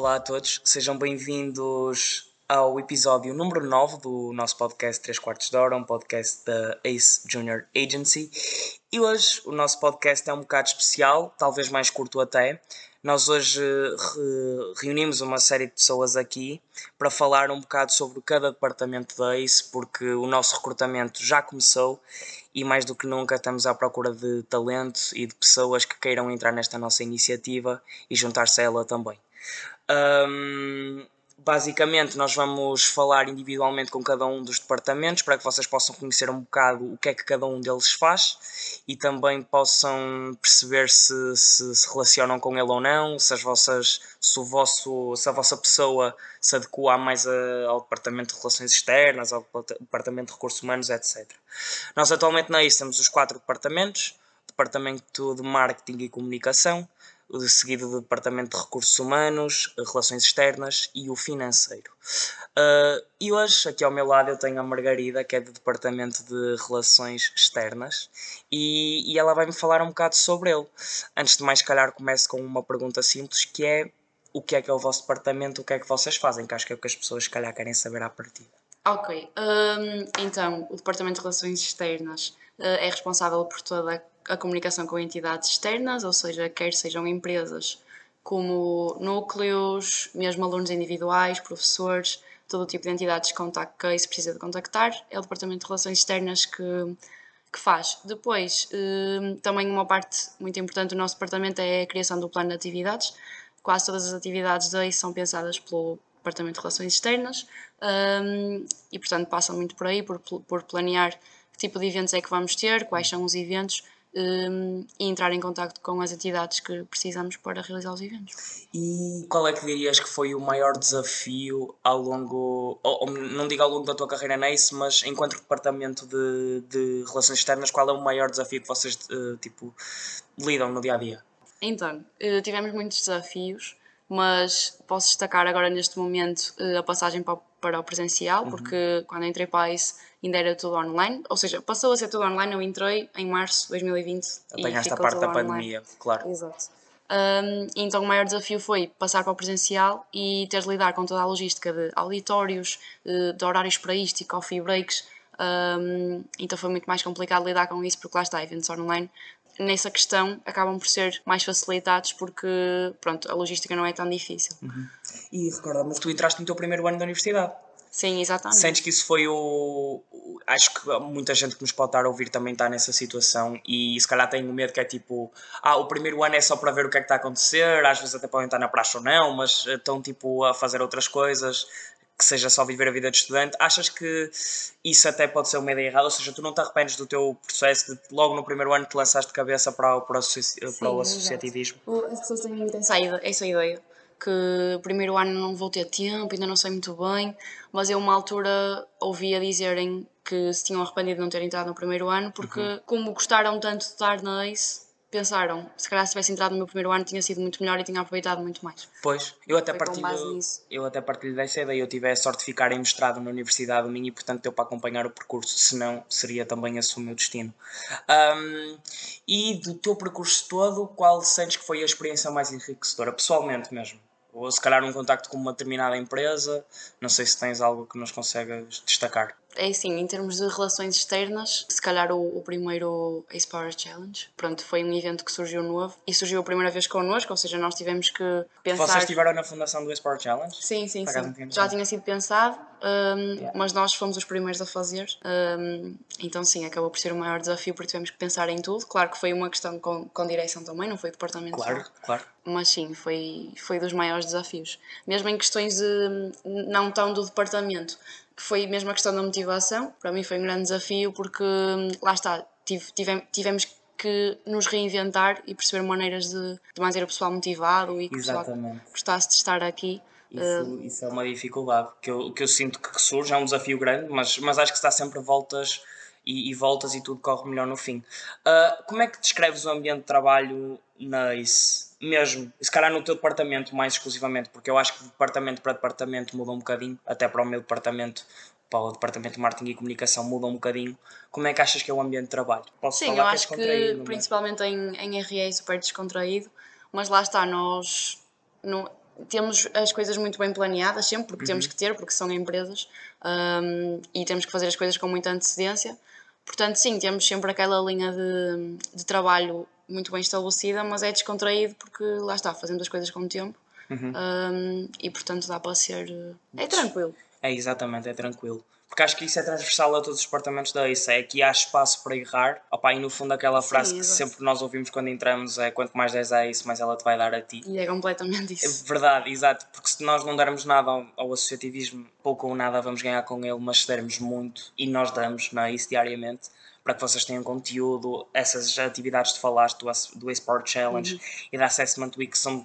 Olá a todos, sejam bem-vindos ao episódio número 9 do nosso podcast 3 quartos de hora, um podcast da Ace Junior Agency. E hoje o nosso podcast é um bocado especial, talvez mais curto até. Nós hoje reunimos uma série de pessoas aqui para falar um bocado sobre cada departamento da Ace, porque o nosso recrutamento já começou e mais do que nunca estamos à procura de talento e de pessoas que queiram entrar nesta nossa iniciativa e juntar-se a ela também. Basicamente nós vamos falar individualmente com cada um dos departamentos para que vocês possam conhecer um bocado o que é que cada um deles faz e também possam perceber se relacionam com ele ou não, se a vossa pessoa se adequa mais ao departamento de relações externas, ao departamento de recursos humanos, etc. Nós atualmente na ICE temos os 4 departamentos: departamento de marketing e comunicação, seguido do Departamento de Recursos Humanos, Relações Externas e o Financeiro. E hoje, aqui ao meu lado, eu tenho a Margarida, que é do Departamento de Relações Externas, e ela vai-me falar um bocado sobre ele. Antes de mais, se calhar, começo com uma pergunta simples, que é: o que é o vosso departamento, o que é que vocês fazem? Que acho que é o que as pessoas, se calhar, querem saber à partida. Ok, então o Departamento de Relações Externas é responsável por toda a comunicação com entidades externas, ou seja, quer sejam empresas como núcleos, mesmo alunos individuais, professores, todo o tipo de entidades que a ICE precisa de contactar, é o Departamento de Relações Externas que faz. Depois, também uma parte muito importante do nosso departamento é a criação do plano de atividades. Quase todas as atividades da ICE são pensadas pelo Departamento de Relações Externas e, portanto, passam muito por aí, por planear que tipo de eventos é que vamos ter, quais são os eventos e entrar em contacto com as entidades que precisamos para realizar os eventos. E qual é que dirias que foi o maior desafio ao longo, ou não digo ao longo da tua carreira na ACE, mas enquanto departamento de relações externas, qual é o maior desafio que vocês lidam no dia a dia? Então, tivemos muitos desafios, mas posso destacar agora neste momento a passagem para o presencial, porque quando entrei para a ICE ainda era tudo online, ou seja, passou a ser tudo online, eu entrei em março de 2020 e Apanhaste a ficou parte tudo da online. pandemia, claro. Exato. Então o maior desafio foi passar para o presencial e ter de lidar com toda a logística de auditórios, de horários para isto e coffee breaks. Então foi muito mais complicado lidar com isso porque lá está, eventos online nessa questão acabam por ser mais facilitados porque pronto, a logística não é tão difícil. E recorda-me que tu entraste no teu primeiro ano da universidade. Sim, exatamente. Sentes que isso foi acho que muita gente que nos pode estar a ouvir também está nessa situação e se calhar tem o medo que é tipo, o primeiro ano é só para ver o que é que está a acontecer, às vezes até podem estar na praxe ou não, mas estão tipo a fazer outras coisas, que seja só viver a vida de estudante. Achas que isso até pode ser uma ideia errada? Ou seja, tu não te arrependes do teu processo de logo no primeiro ano te lançaste de cabeça para o associativismo? As pessoas têm muito essa ideia que o primeiro ano não vou ter tempo, ainda não sei muito bem, mas eu uma altura ouvia dizerem que se tinham arrependido de não ter entrado no primeiro ano porque como gostaram tanto de estar na ACE, pensaram, se calhar se tivesse entrado no meu primeiro ano tinha sido muito melhor e tinha aproveitado muito mais. Pois, Foi com base nisso. eu até partilho dessa ideia. Eu tive a sorte de ficar em mestrado na Universidade do Minho e, portanto, deu para acompanhar o percurso, senão seria também esse o meu destino. E do teu percurso todo, qual sentes que foi a experiência mais enriquecedora, pessoalmente mesmo? Ou se calhar um contacto com uma determinada empresa, não sei se tens algo que nos consegues destacar. É assim, em termos de relações externas, se calhar o primeiro Ace Power Challenge, pronto, foi um evento que surgiu novo e surgiu a primeira vez connosco, ou seja, nós tivemos que pensar... Vocês estiveram na fundação do Sport Challenge? Sim, sim, Por acaso sim. não tinha Já noção. tinha sido pensado, mas nós fomos os primeiros a fazer. Então, sim, acabou por ser o maior desafio porque tivemos que pensar em tudo. Claro que foi uma questão com direção também, não foi departamento Claro, só. claro. Mas sim, foi dos maiores desafios. Mesmo em questões de não tão do departamento, que foi mesmo a questão da motivação. Para mim foi um grande desafio porque, lá está, tivemos que nos reinventar e perceber maneiras de manter o pessoal motivado e que o pessoal Exatamente. gostasse de estar aqui. Isso é uma dificuldade que eu sinto que surge, é um desafio grande, mas acho que está sempre voltas e voltas e tudo corre melhor no fim. Como é que descreves o ambiente de trabalho na ICE? Mesmo, se calhar no teu departamento mais exclusivamente, porque eu acho que de departamento para departamento muda um bocadinho, até para o meu departamento, para o departamento de marketing e comunicação muda um bocadinho. Como é que achas que é o ambiente de trabalho? Posso Sim, falar eu que é acho que descontraído, mas... principalmente em RA é super descontraído, mas lá está, nós temos as coisas muito bem planeadas sempre, porque temos que ter, porque são empresas, e temos que fazer as coisas com muita antecedência. Portanto, sim, temos sempre aquela linha de trabalho muito bem estabelecida, mas é descontraído porque, lá está, fazemos as coisas com tempo. E, portanto, dá para ser... É tranquilo. É, exatamente, é tranquilo. Porque acho que isso é transversal a todos os departamentos da ACE, é que há espaço para errar. Opa, e no fundo aquela frase que sempre nós ouvimos quando entramos é quanto mais des a ACE, mais ela te vai dar a ti. E é completamente isso. É verdade, exato, porque se nós não dermos nada ao associativismo, pouco ou nada vamos ganhar com ele, mas se dermos muito, e nós damos na ACE diariamente, para que vocês tenham conteúdo, essas atividades que falaste do eSport Challenge e da Assessment Week são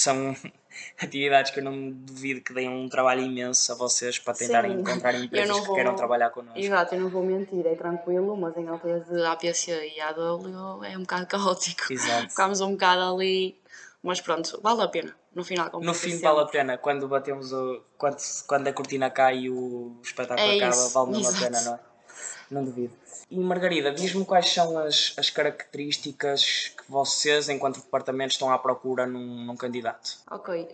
atividades que eu não duvido que deem um trabalho imenso a vocês para tentarem encontrar empresas que queiram trabalhar connosco. Exato, eu não vou mentir, é tranquilo, mas em alturas de APC e AW é um bocado caótico. Exato. Ficámos um bocado ali, mas pronto, vale a pena. No final, no fim vale a pena, quando batemos quando a cortina cai e o espetáculo acaba, vale mesmo a pena, não é? Não duvido. E Margarida, diz-me quais são as características que vocês, enquanto departamento, estão à procura num candidato. Ok,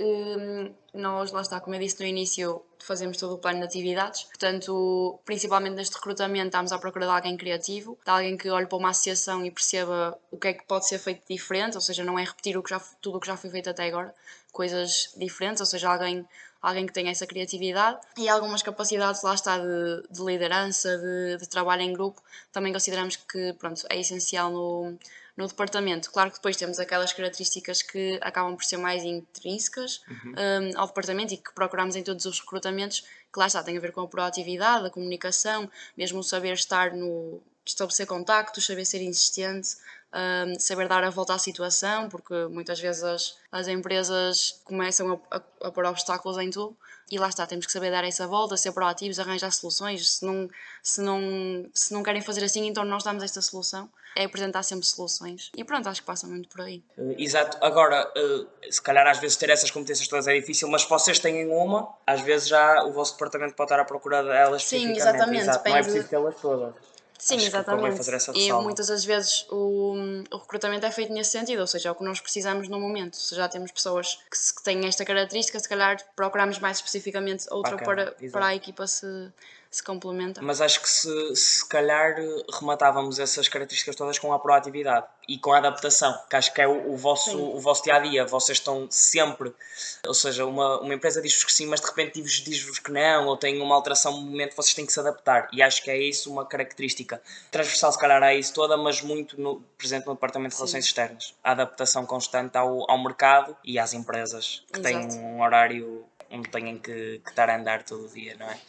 nós, lá está, como eu disse no início, fazemos todo o plano de atividades, portanto, principalmente neste recrutamento, estamos à procura de alguém criativo, de alguém que olhe para uma associação e perceba o que é que pode ser feito diferente, ou seja, não é repetir tudo o que já foi feito até agora, coisas diferentes, ou seja, alguém que tenha essa criatividade e algumas capacidades, lá está, de liderança, de trabalho em grupo, também consideramos que, pronto, é essencial no departamento. Claro que depois temos aquelas características que acabam por ser mais intrínsecas ao departamento e que procuramos em todos os recrutamentos, que lá está, tem a ver com a proatividade, a comunicação, mesmo o saber estabelecer contactos, saber ser insistente, saber dar a volta à situação, porque muitas vezes as empresas começam a pôr obstáculos em tudo e lá está, temos que saber dar essa volta, ser proativos, arranjar soluções. Se não querem fazer assim, então nós damos esta solução. É apresentar sempre soluções e pronto, acho que passa muito por aí. Exato, agora se calhar às vezes ter essas competências todas é difícil, mas se vocês têm uma, às vezes já o vosso departamento pode estar à procura delas especificamente. Sim, exatamente. Exato. Não é preciso tê-las todas. Sim, acho exatamente. Fazer essa e muitas das vezes o recrutamento é feito nesse sentido, ou seja, é o que nós precisamos no momento. Se já temos pessoas que têm esta característica, se calhar procuramos mais especificamente outra para a equipa se complementa. Mas acho que se calhar rematávamos essas características todas com a proatividade e com a adaptação, que acho que é o vosso dia-a-dia. Vocês estão sempre, ou seja, uma empresa diz-vos que sim, mas de repente diz-vos que não, ou tem uma alteração no momento, vocês têm que se adaptar, e acho que é isso uma característica transversal, se calhar é isso toda, mas muito presente no Departamento de Relações Externas, a adaptação constante ao mercado e às empresas que têm um horário onde têm que estar a andar todo o dia, não é?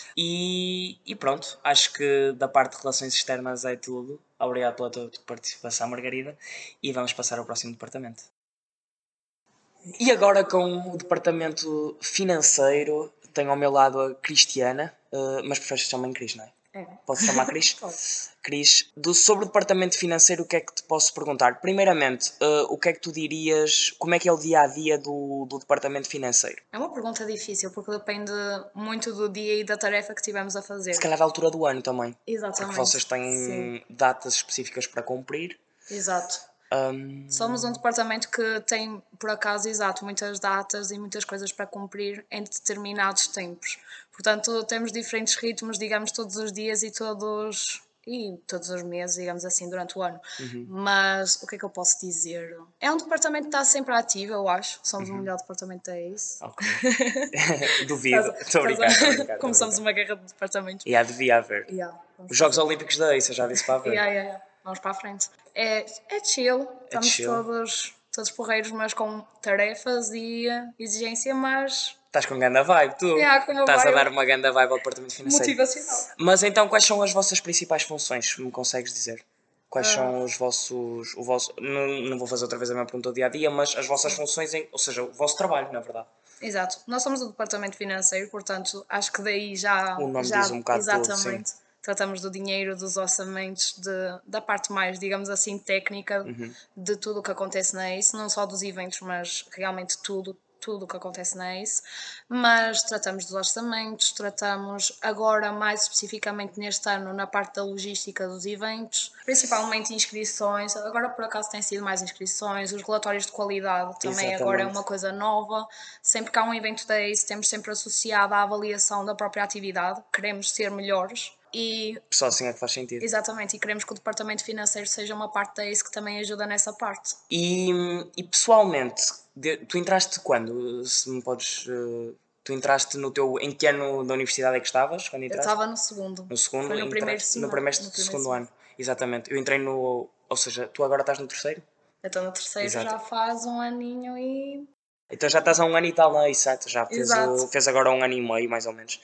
E pronto, acho que da parte de relações externas é tudo. Obrigado pela tua participação, Margarida, e vamos passar ao próximo departamento. E agora com o departamento financeiro, tenho ao meu lado a Cristiana, mas preferes que se chamem Cris, não é? Posso chamar Cris? Pode. Cris, sobre o departamento financeiro, o que é que te posso perguntar? Primeiramente, o que é que tu dirias, como é que é o dia-a-dia do departamento financeiro? É uma pergunta difícil, porque depende muito do dia e da tarefa que tivemos a fazer. Se calhar da altura do ano também. Exatamente. Porque vocês têm datas específicas para cumprir. Exato. Somos um departamento que tem, por acaso, muitas datas e muitas coisas para cumprir em determinados tempos. Portanto, temos diferentes ritmos, digamos, todos os dias e todos os meses, digamos assim, durante o ano. Mas o que é que eu posso dizer? É um departamento que está sempre ativo, eu acho. Somos o melhor departamento da ACE. Ok. Duvido. Estou a brincar. Como somos uma guerra de departamentos. Devia haver. Os Jogos Olímpicos da ACE, eu já disse para haver. Vamos para a frente. É chill, estamos todos porreiros, mas com tarefas e exigência, mas... Estás com ganda vibe, tu? Estás a dar uma ganda vibe ao departamento financeiro. Motivacional. Mas então, quais são as vossas principais funções? Me consegues dizer? Quais são os vossos... Não vou fazer outra vez a mesma pergunta do dia-a-dia, mas as vossas funções, ou seja, o vosso trabalho, na verdade. Exato. Nós somos o departamento financeiro, portanto, acho que daí já... O nome diz um bocado exatamente. Todo, sim. Tratamos do dinheiro, dos orçamentos, da parte mais, digamos assim, técnica de tudo o que acontece na ACE, não só dos eventos, mas realmente tudo tudo o que acontece na ACE, mas tratamos dos orçamentos, tratamos agora mais especificamente neste ano na parte da logística dos eventos, principalmente inscrições, agora por acaso tem sido mais inscrições, os relatórios de qualidade também agora é uma coisa nova, sempre que há um evento da ACE temos sempre associado à avaliação da própria atividade, queremos ser melhores. E, só assim é que faz sentido. Exatamente, e queremos que o departamento financeiro seja uma parte da ACE que também ajuda nessa parte. E pessoalmente, tu entraste quando? Se me podes... tu entraste em que ano da universidade é que estavas? Quando entraste? Eu estava no segundo. No segundo? Foi no primeiro segundo ano. Exatamente. Eu entrei no... Ou seja, tu agora estás no terceiro? Eu estou no terceiro. Exato. Já faz um aninho e... Então já estás há um ano e tal, não é? Exato. Já fez agora um ano e meio, mais ou menos.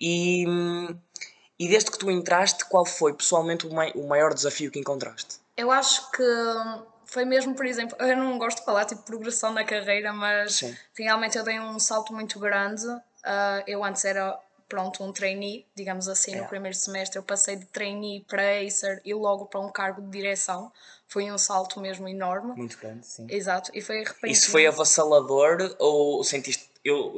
E desde que tu entraste, qual foi pessoalmente o maior desafio que encontraste? Eu acho que foi mesmo, por exemplo, eu não gosto de falar tipo progressão na carreira, mas realmente eu dei um salto muito grande. Eu antes era, um trainee, digamos assim, no primeiro semestre eu passei de trainee para Acer e logo para um cargo de direção. Foi um salto mesmo enorme. Muito grande, sim. Exato, e foi repentino. Isso foi avassalador ou sentiste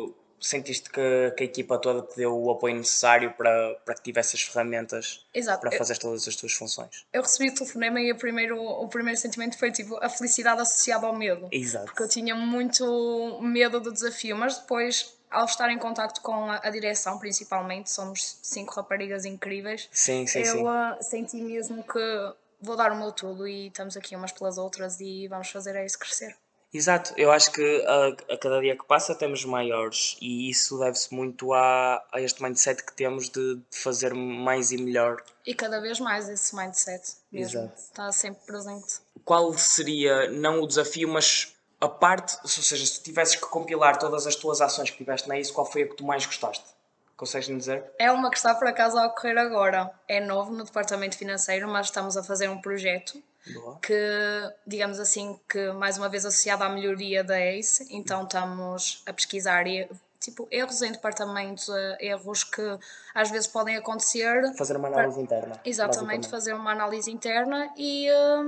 que a equipa toda te deu o apoio necessário para que tivesse as ferramentas para fazer todas as tuas funções? Eu recebi o telefonema e o primeiro sentimento foi tipo a felicidade associada ao medo. Exato. Porque eu tinha muito medo do desafio, mas depois, ao estar em contacto com a direção, principalmente, somos 5 raparigas incríveis, eu senti mesmo que vou dar o meu tudo e estamos aqui umas pelas outras e vamos fazer isso crescer. Exato, eu acho que a cada dia que passa temos maiores e isso deve-se muito a este mindset que temos de fazer mais e melhor. E cada vez mais esse mindset mesmo. Exato. Está sempre presente. Qual seria, não o desafio, mas a parte, ou seja, se tu tivesses que compilar todas as tuas ações que tiveste na ISO, qual foi a que tu mais gostaste? Consegues-me dizer? É uma que está por acaso a ocorrer agora. É novo no departamento financeiro, mas estamos a fazer um projeto que, digamos assim, que mais uma vez associado à melhoria da ACE, então estamos a pesquisar erros em departamentos, erros que às vezes podem acontecer. Fazer uma análise interna. Exatamente, fazer uma análise interna e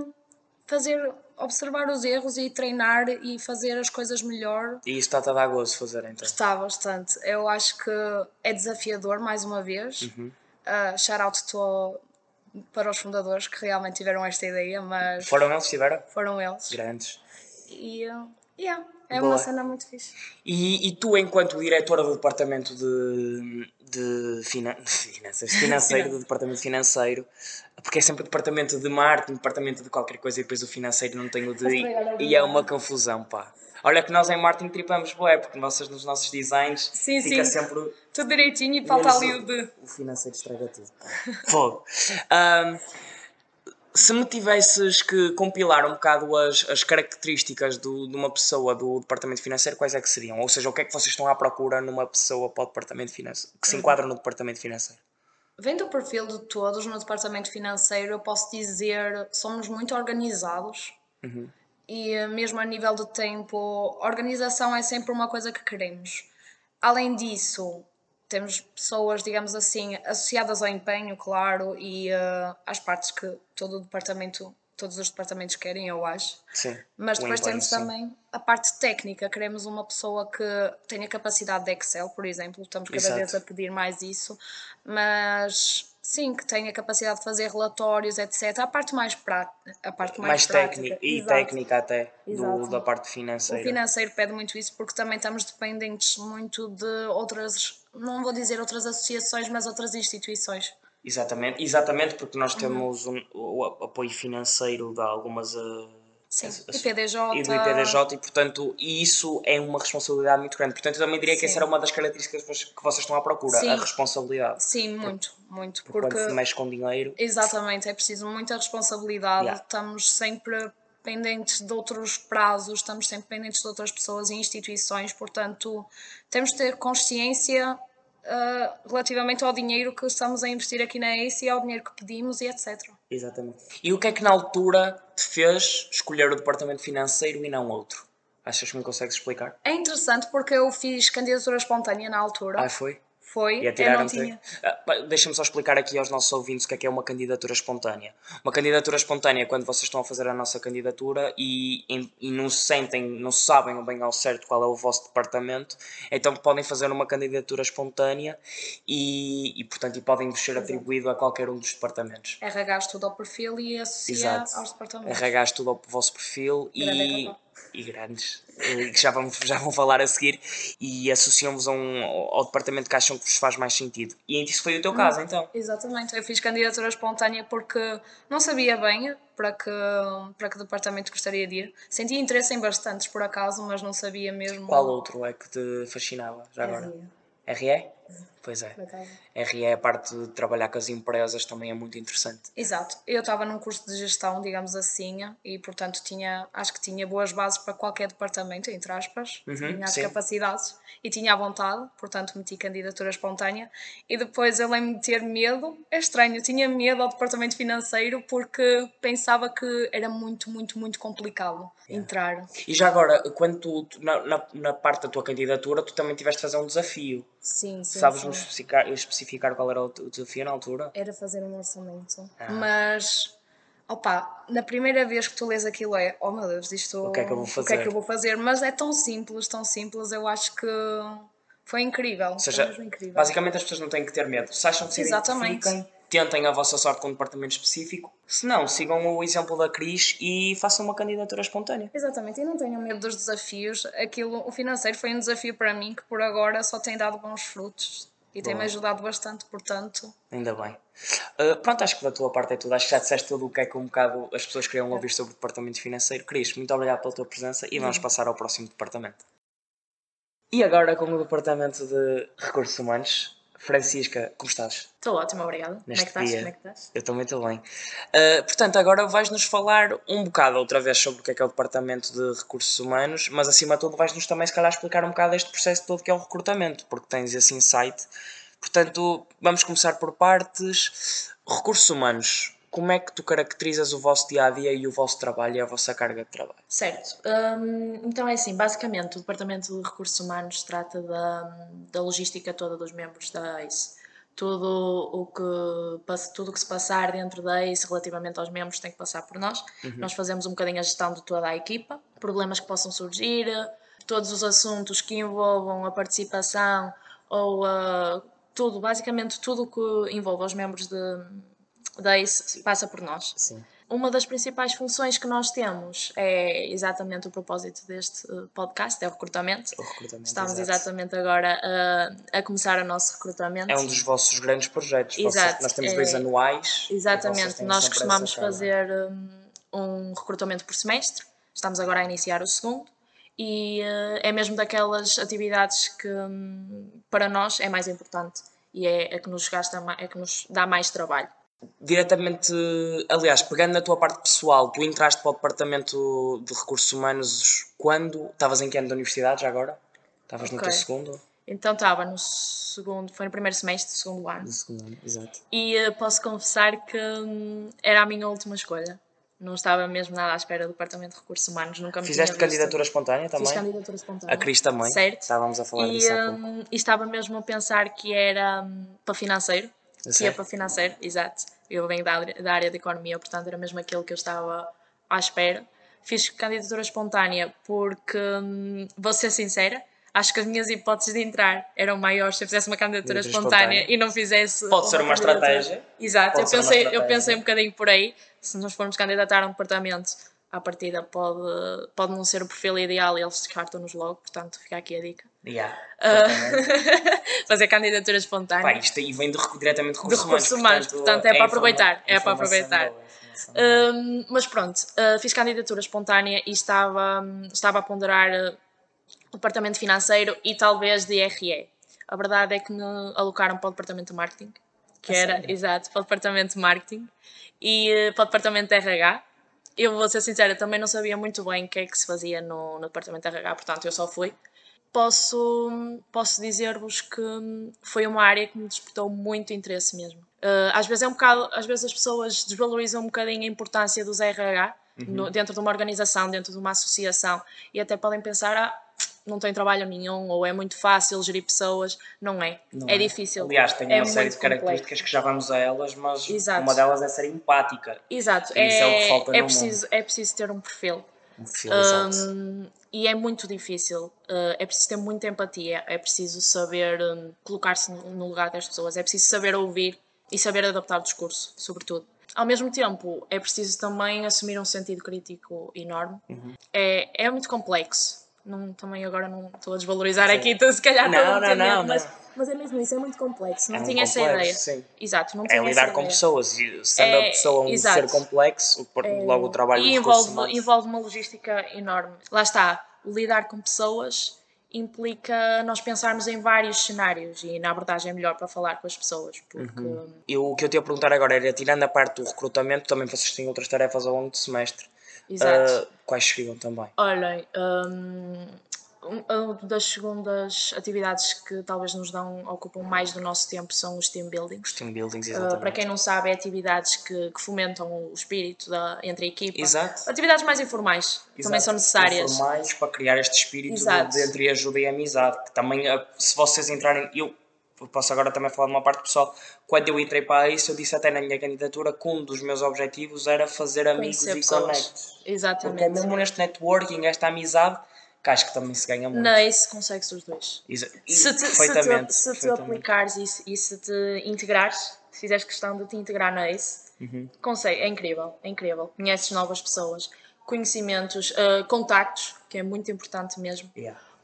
observar os erros e treinar e fazer as coisas melhor. E isso está-te a dar gozo fazer, então? Está bastante. Eu acho que é desafiador, mais uma vez. Shout out para os fundadores que realmente tiveram esta ideia, mas... Foram eles que tiveram? Foram eles. Grandes. E, é uma cena muito fixe. E tu, enquanto diretora do departamento de financeiro, do departamento financeiro, porque é sempre o departamento de marketing, departamento de qualquer coisa e depois o financeiro não tem o de... E é uma confusão, pá. Olha que nós em marketing tripamos, porque vocês nos nossos designs fica sempre... Tudo direitinho e falta ali o de... O financeiro estraga tudo. Fogo. Se me tivesses que compilar um bocado as características de uma pessoa do departamento financeiro, quais é que seriam? Ou seja, o que é que vocês estão à procura numa pessoa para o departamento financeiro, que se enquadra no departamento financeiro? Vendo o perfil de todos no departamento financeiro, eu posso dizer que somos muito organizados. E mesmo a nível de tempo, organização é sempre uma coisa que queremos. Além disso, temos pessoas, digamos assim, associadas ao empenho, claro, e às partes que todos os departamentos querem, eu acho. Sim. Mas depois temos também a parte técnica. Queremos uma pessoa que tenha capacidade de Excel, por exemplo. Estamos cada vez a pedir mais isso. Mas... sim, que tenha capacidade de fazer relatórios, etc. A parte mais prática. Mais técnica e técnica até da parte financeira. O financeiro pede muito isso porque também estamos dependentes muito de outras, não vou dizer outras associações, mas outras instituições. Exatamente porque nós temos o apoio financeiro de algumas... Sim, IPDJ. E do IPDJ, e portanto isso é uma responsabilidade muito grande. Portanto, eu também diria que essa era uma das características que vocês estão à procura, a responsabilidade. Sim, muito. Porque quando se mexe com dinheiro... Exatamente, é preciso muita responsabilidade. Estamos sempre pendentes de outros prazos, estamos sempre pendentes de outras pessoas e instituições, portanto, temos de ter consciência relativamente ao dinheiro que estamos a investir aqui na ACE e ao dinheiro que pedimos e etc. Exatamente. E o que é que na altura te fez escolher o departamento financeiro e não outro? Achas que me consegues explicar? É interessante porque eu fiz candidatura espontânea na altura. Foi? Foi, eu não tinha. Deixa-me só explicar aqui aos nossos ouvintes o que é uma candidatura espontânea. Uma candidatura espontânea é quando vocês estão a fazer a nossa candidatura e não se sentem, não sabem bem ao certo qual é o vosso departamento, então podem fazer uma candidatura espontânea portanto, podem ser atribuído a qualquer um dos departamentos. RH tudo ao perfil e associa aos departamentos. RH tudo ao vosso perfil e grandes, que já vão falar a seguir, e associam-vos ao departamento que acham que vos faz mais sentido. E isso foi o teu caso, então? Exatamente, eu fiz candidatura espontânea porque não sabia bem para que departamento gostaria de ir. Sentia interesse em bastantes, por acaso, mas não sabia mesmo... Qual outro é que te fascinava, já agora? RE? Pois é. RE, a parte de trabalhar com as empresas, também é muito interessante. Exato. Eu estava num curso de gestão, digamos assim, e portanto acho que tinha boas bases para qualquer departamento, entre aspas, tinha as capacidades e tinha a vontade, portanto meti candidatura espontânea. E depois eu lembro-me de ter medo, é estranho, tinha medo ao departamento financeiro porque pensava que era muito, muito, muito complicado entrar. E já agora, quando na parte da tua candidatura, tu também tiveste de fazer um desafio. Sim. Sabes-me especificar qual era o desafio na altura? Era fazer um orçamento. Mas, na primeira vez que tu lês aquilo oh meu Deus, o que é que eu vou fazer? O que é que eu vou fazer? Mas é tão simples, eu acho que foi incrível. Ou seja, foi mesmo incrível. Basicamente as pessoas não têm que ter medo. Se acham que se identifiquem, tentem a vossa sorte com um departamento específico. Se não, sigam o exemplo da Cris e façam uma candidatura espontânea. Exatamente, e não tenham medo dos desafios. O financeiro foi um desafio para mim que por agora só tem dado bons frutos e tem-me ajudado bastante, portanto... Ainda bem. Pronto, acho que da tua parte é tudo. Acho que já disseste tudo o que é que um bocado as pessoas queriam ouvir sobre o departamento financeiro. Cris, muito obrigado pela tua presença e vamos passar ao próximo departamento. E agora com o departamento de recursos humanos. Francisca, como estás? Estou ótima, obrigada. Como é que estás? Eu também estou bem. Portanto, agora vais-nos falar um bocado outra vez sobre o que é o Departamento de Recursos Humanos, mas acima de tudo vais-nos também se calhar explicar um bocado este processo todo que é o recrutamento, porque tens esse insight. Portanto, vamos começar por partes. Recursos Humanos. Como é que tu caracterizas o vosso dia-a-dia e o vosso trabalho e a vossa carga de trabalho? Certo. Então é assim, basicamente o Departamento de Recursos Humanos trata da logística toda dos membros da ACE. Tudo o que se passar dentro da ACE relativamente aos membros tem que passar por nós. Nós fazemos um bocadinho a gestão de toda a equipa, problemas que possam surgir, todos os assuntos que envolvam a participação ou tudo, basicamente tudo o que envolve os membros da ACE passa por nós. Sim. Uma das principais funções que nós temos é exatamente o propósito deste podcast, é o recrutamento. Estamos exatamente agora a começar o nosso recrutamento. É um dos vossos grandes projetos. Exato. Nós temos 2 anuais. Exatamente. Nós costumamos fazer um recrutamento por semestre. Estamos agora a iniciar o segundo. E é mesmo daquelas atividades que para nós é mais importante e é que nos dá mais trabalho. Diretamente, aliás, pegando na tua parte pessoal, tu entraste para o Departamento de Recursos Humanos quando? Estavas em que ano da universidade já agora? Estavas no teu segundo? Então estava no segundo, foi no primeiro semestre do segundo ano. Do segundo ano, exato. E posso confessar que era a minha última escolha. Não estava mesmo nada à espera do Departamento de Recursos Humanos, nunca me Fizeste candidatura espontânea também? Fiz candidatura espontânea. A Cris também? Certo. Estávamos a falar disso há pouco. E estava mesmo a pensar que era para financeiro. Que ia para financeiro, exato. Eu venho da área de economia, portanto era mesmo aquilo que eu estava à espera. Fiz candidatura espontânea porque, vou ser sincera, acho que as minhas hipóteses de entrar eram maiores se eu fizesse uma candidatura espontânea e não fizesse... Pode ser uma estratégia. Exato, eu pensei um bocadinho por aí. Se nós formos candidatar a um departamento, à partida pode não ser o perfil ideal e eles descartam-nos logo, portanto fica aqui a dica. Fazer candidatura espontânea. Isto aí vem diretamente de recursos humanos, portanto é para aproveitar. Mas pronto, fiz candidatura espontânea e estava a ponderar o departamento financeiro e talvez de RE. A verdade é que me alocaram para o departamento de marketing, exato, para o departamento de marketing e para o departamento de RH. Eu vou ser sincera, também não sabia muito bem o que é que se fazia no departamento de RH, portanto eu só fui. Posso dizer-vos que foi uma área que me despertou muito interesse mesmo. Às vezes as pessoas desvalorizam um bocadinho a importância dos RH dentro de uma organização, dentro de uma associação, e até podem pensar, não tem trabalho nenhum, ou é muito fácil gerir pessoas. Não é. Não é difícil. Aliás, tem é uma série muito de características que já vamos a elas, mas Exato. uma delas é ser empática. Exato. E isso é o que falta no é preciso ter um perfil. Um perfil, exato. E é muito difícil. É preciso ter muita empatia. É preciso saber colocar-se no lugar das pessoas. É preciso saber ouvir e saber adaptar o discurso, sobretudo. Ao mesmo tempo, é preciso também assumir um sentido crítico enorme. É muito complexo. Também agora não estou a desvalorizar aqui, então se calhar estou a meter medo, mas é mesmo isso, é muito complexo. Não tinha essa ideia. Sim. Exato, não tinha lidar com pessoas e sendo a pessoa um ser complexo, logo o trabalho e envolve uma logística enorme. Lá está, o lidar com pessoas implica nós pensarmos em vários cenários e na abordagem é melhor para falar com as pessoas, porque... O que eu te ia perguntar agora era, tirando a parte do recrutamento, também vocês têm outras tarefas ao longo do semestre. Exato. Quais seriam também? Olhem, uma das segundas atividades que talvez ocupam mais do nosso tempo são os team buildings. Os team buildings, exatamente. Para quem não sabe, é atividades que fomentam o espírito entre a equipa. Exato. Atividades mais informais também são necessárias. Informais para criar este espírito Exato. entre ajuda e amizade. Que também, se vocês entrarem... Eu posso agora também falar de uma parte pessoal. Quando eu entrei para isso, eu disse até na minha candidatura que um dos meus objetivos era fazer amigos e connects. Exatamente. Porque é mesmo neste networking, esta amizade, que acho que também se ganha muito. Não, isso consegue-se os dois. Perfeitamente. Se tu aplicares isso e se te integrares, se fizeres questão de te integrar na ACE, consegue, é incrível, é incrível. Conheces novas pessoas, conhecimentos, contactos, que é muito importante mesmo.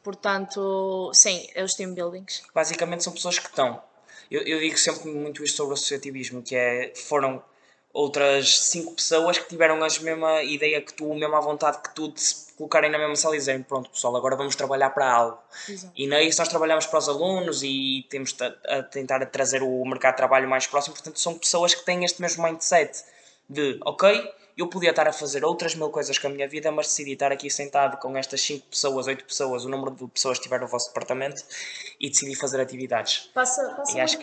Portanto, sim, é os team buildings. Basicamente são pessoas que estão. Eu digo sempre muito isto sobre o associativismo, que foram outras 5 pessoas que tiveram a mesma ideia que tu, a mesma vontade que tu, de se colocarem na mesma sala e dizerem, pronto pessoal, agora vamos trabalhar para algo. Exato. E nisso nós trabalhamos para os alunos e temos a tentar trazer o mercado de trabalho mais próximo, portanto são pessoas que têm este mesmo mindset de, ok, eu podia estar a fazer outras 1000 coisas com a minha vida, mas decidi estar aqui sentado com estas 5 pessoas, 8 pessoas, o número de pessoas que tiver no vosso departamento e decidi fazer atividades. Passa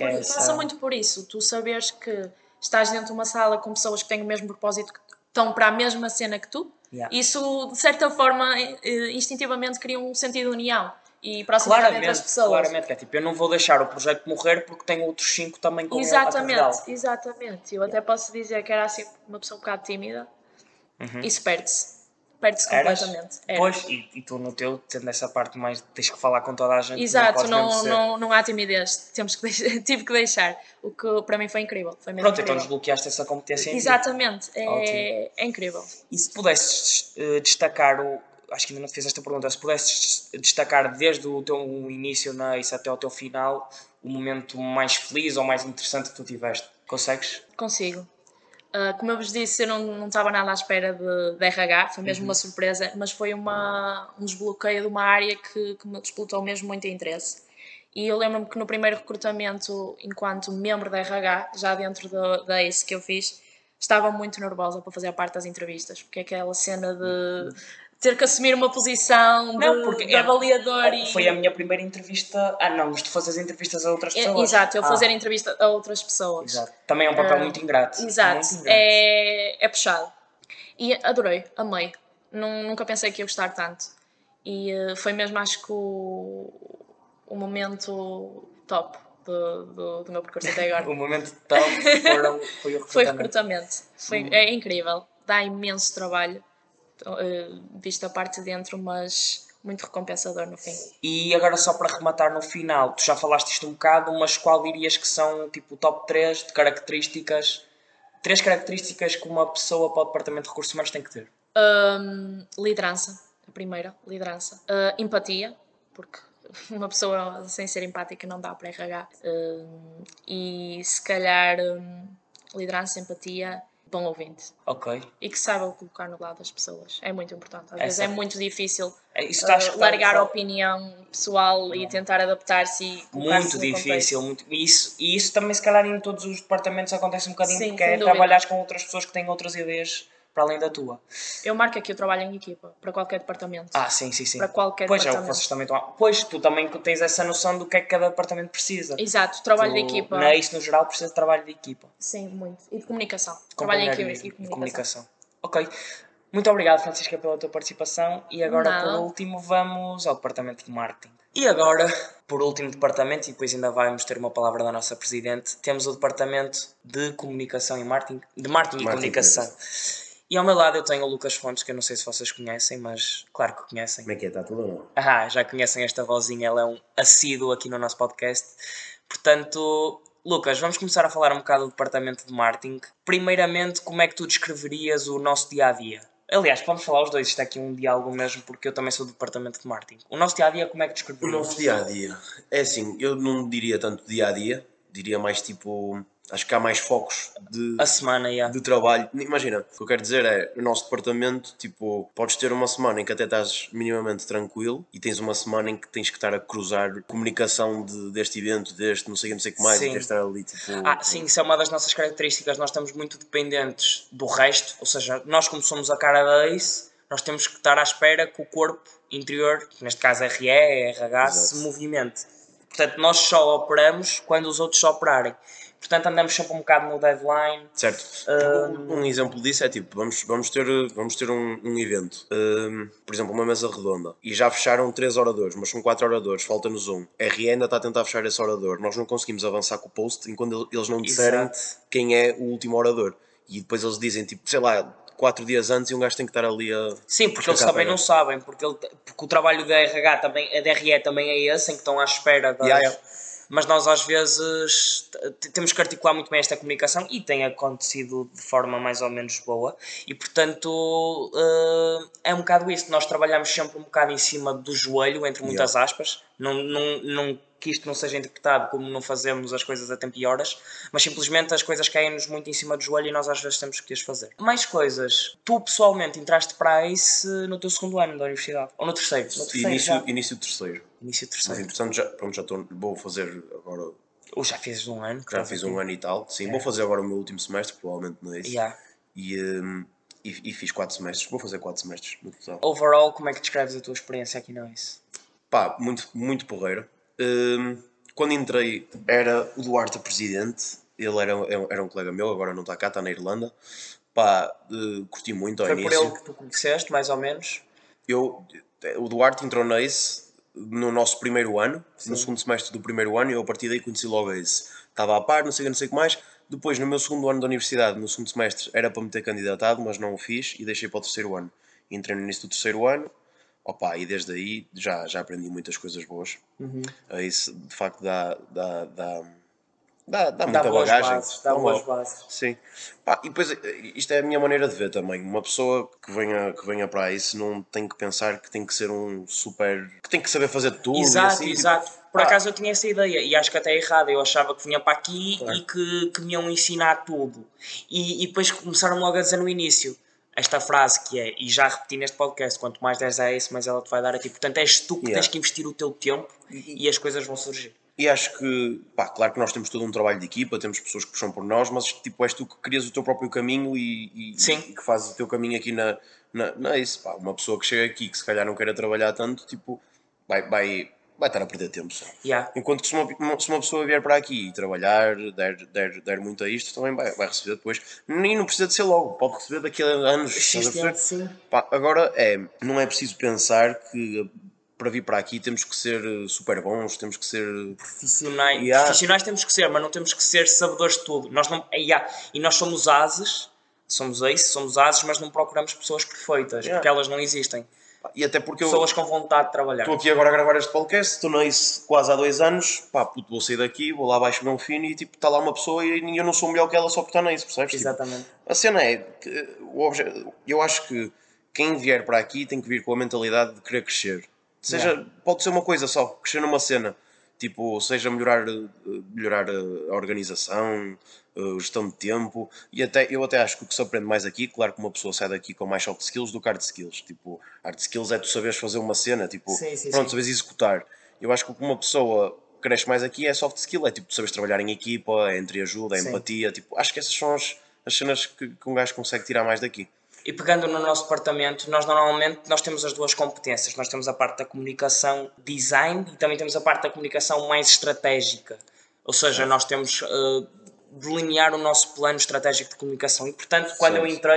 muito por isso, tu saberes que estás dentro de uma sala com pessoas que têm o mesmo propósito, que estão para a mesma cena que tu, isso de certa forma instintivamente cria um sentido de união e proximidade entre as pessoas. Claramente, que é tipo, eu não vou deixar o projeto morrer porque tenho outros 5 também com ele a carregá-lo. Exatamente, eu até posso dizer que era assim uma pessoa um bocado tímida, isso perde-se completamente. Pois, e tu no teu, tendo essa parte mais, tens que falar com toda a gente. Exato, não há timidez, tive que deixar, o que para mim foi incrível. Foi mesmo então desbloqueaste essa competência em Exatamente, é incrível. E se pudesses destacar, acho que ainda não te fiz esta pergunta, se pudesses destacar desde o teu início na ICE até ao teu final, o momento mais feliz ou mais interessante que tu tiveste, consegues? Consigo. Como eu vos disse, eu não estava nada à espera de RH, foi mesmo uma surpresa, mas foi um desbloqueio de uma área que me despertou mesmo muito interesse. E eu lembro-me que no primeiro recrutamento, enquanto membro da RH, já dentro da ACE que eu fiz, estava muito nervosa para fazer a parte das entrevistas, porque é aquela cena de ter que assumir uma posição de avaliador e... Foi a minha primeira entrevista... mas tu fazes entrevistas a outras pessoas. Exato, eu fazer entrevista a outras pessoas. Exato. Também é um papel muito ingrato. Exato, muito ingrato. É puxado. E adorei, amei. Nunca pensei que ia gostar tanto. E foi mesmo, acho que o momento top do meu percurso até agora. O momento top foi o recrutamento. Foi recrutamento. É incrível. Dá imenso trabalho. Visto a parte de dentro, mas muito recompensador no fim. E agora só para rematar no final, tu já falaste isto um bocado, mas qual dirias que são tipo o top 3 de características, 3 características que uma pessoa para o departamento de recursos humanos tem que ter? Liderança, a primeira, liderança. Empatia, porque uma pessoa sem ser empática não dá para RH. E se calhar liderança, empatia, bom ouvinte. Ok. E que saiba colocar no lado das pessoas. É muito importante. Às vezes é muito difícil largar a opinião pessoal e tentar adaptar-se e colocar-se muito difícil. E isso também se calhar em todos os departamentos acontece um bocadinho. Sim, porque trabalhar com outras pessoas que têm outras ideias para além da tua. Eu marco aqui o trabalho em equipa, para qualquer departamento. Sim. Para qualquer departamento. Vocês também estão... Pois, tu também tens essa noção do que é que cada departamento precisa. Exato, trabalho de equipa. Isso no geral precisa de trabalho de equipa. Sim, muito. E de comunicação. Trabalho em equipa e comunicação. Ok. Muito obrigado, Francisca, pela tua participação. E agora, por último, vamos ao departamento de marketing. E agora, por último departamento, e depois ainda vamos ter uma palavra da nossa presidente, temos o departamento de comunicação e marketing, de marketing e comunicação. E ao meu lado eu tenho o Lucas Fontes, que eu não sei se vocês conhecem, mas claro que conhecem. Como é que é? Está tudo ou não? Já conhecem esta vozinha, ela é um assíduo aqui no nosso podcast. Portanto, Lucas, vamos começar a falar um bocado do departamento de marketing. Primeiramente, como é que tu descreverias o nosso dia-a-dia? Aliás, vamos falar os dois, isto é aqui um diálogo mesmo, porque eu também sou do departamento de marketing. O nosso dia-a-dia, como é que descreverias? O nosso dia-a-dia, é assim, eu não diria tanto dia-a-dia, diria mais tipo, acho que há mais focos a semana, de trabalho. Imagina, o que eu quero dizer é, no nosso departamento, tipo, podes ter uma semana em que até estás minimamente tranquilo e tens uma semana em que tens que estar a cruzar comunicação deste evento, deste não sei o que mais, e tens de estar ali, tipo... Sim, isso é uma das nossas características, nós estamos muito dependentes do resto, ou seja, nós como somos a cara da ACE, nós temos que estar à espera que o corpo interior, neste caso RE, RH, se movimente. Portanto, nós só operamos quando os outros só operarem. Portanto, andamos sempre um bocado no deadline. Certo. Um exemplo disso é tipo, vamos ter um evento, por exemplo, uma mesa redonda, e já fecharam 3 oradores, mas são 4 oradores, falta-nos um. RE ainda está a tentar fechar esse orador. Nós não conseguimos avançar com o post enquanto eles não disserem quem é o último orador. E depois eles dizem, tipo, sei lá, 4 dias antes e um gajo tem que estar ali a... Sim, porque eles também não sabem, porque o trabalho da RH também, a da RE também é esse, em que estão à espera das... Mas nós às vezes temos que articular muito bem esta comunicação e tem acontecido de forma mais ou menos boa e portanto é um bocado isto, nós trabalhamos sempre um bocado em cima do joelho, entre muitas aspas, não que isto não seja interpretado como não fazemos as coisas a tempo e horas, mas simplesmente as coisas caem-nos muito em cima do joelho e nós às vezes temos que as fazer. Mais coisas, tu pessoalmente entraste para a ACE no teu segundo ano da universidade, ou no terceiro? Início do terceiro. Início do terceiro. Mas entretanto vou fazer agora... Já fiz um ano. Já fiz um ano e tal, sim, vou fazer agora o meu último semestre, provavelmente não é isso. E fiz 4 semestres, vou fazer 4 semestres no total. Overall, como é que descreves a tua experiência aqui na ACE? Pá, muito porreiro. Quando entrei era o Duarte presidente, ele era um colega meu, agora não está cá, está na Irlanda. Pá, curti muito ao início. Foi por ele que tu conheceste, mais ou menos? O Duarte entrou na ACE no nosso primeiro ano, no segundo semestre do primeiro ano, e eu a partir daí conheci logo a ACE. Estava a par, não sei o que mais. Depois, no meu segundo ano da universidade, no segundo semestre, era para me ter candidatado, mas não o fiz e deixei para o terceiro ano. Entrei no início do terceiro ano. Opa, e desde aí já aprendi muitas coisas boas. Isso de facto dá muita bagagem. Dá boas bases. Sim. Pá, e depois isto é a minha maneira de ver também. Uma pessoa que venha para isso não tem que pensar que tem que ser um super... que tem que saber fazer tudo. Exato. Por acaso eu tinha essa ideia e acho que até é errada. Eu achava que vinha para aqui e que me iam ensinar tudo. E depois começaram logo a dizer no início esta frase que é, e já repeti neste podcast, quanto mais deres a ACE, mais ela te vai dar a ti. Portanto, és tu que tens que investir o teu tempo e as coisas vão surgir. E acho que, pá, claro que nós temos todo um trabalho de equipa, temos pessoas que puxam por nós, mas tipo, és tu que crias o teu próprio caminho e que fazes o teu caminho aqui na ACE. Pá, uma pessoa que chega aqui, que se calhar não queira trabalhar tanto, tipo, vai estar a perder tempo só. Enquanto que se uma pessoa vier para aqui e trabalhar, der muito a isto, também vai receber depois. E não precisa de ser logo, pode receber daqui a anos. Sim. Pá, agora não é preciso pensar que para vir para aqui temos que ser super bons, temos que ser profissionais. Profissionais temos que ser, mas não temos que ser sabedores de tudo. Nós não, e nós somos ases, somos ases, mas não procuramos pessoas perfeitas, porque elas não existem. E até porque pessoas com vontade de trabalhar. Estou aqui agora a gravar este podcast, estou na ACE quase há 2 anos, pá, puto, vou sair daqui, vou lá abaixo meu fino e tipo, está lá uma pessoa e eu não sou melhor que ela só porque está na ACE, percebes? Exatamente. Tipo, a cena é, eu acho que quem vier para aqui tem que vir com a mentalidade de querer crescer. Pode ser uma coisa só, crescer numa cena. Tipo, seja melhorar a organização, a gestão de tempo, e eu até acho que o que se aprende mais aqui, claro que uma pessoa sai daqui com mais soft skills do que hard skills. Tipo, hard skills é tu saberes fazer uma cena, tipo, sabes executar. Eu acho que o que uma pessoa cresce mais aqui é soft skill, é tipo, tu sabes trabalhar em equipa, é entre ajuda, é empatia, tipo, acho que essas são as cenas que um gajo consegue tirar mais daqui. E pegando no nosso departamento, nós normalmente temos as duas competências. Nós temos a parte da comunicação design e também temos a parte da comunicação mais estratégica. Ou seja, nós temos delinear o nosso plano estratégico de comunicação. E, portanto, quando eu entrei,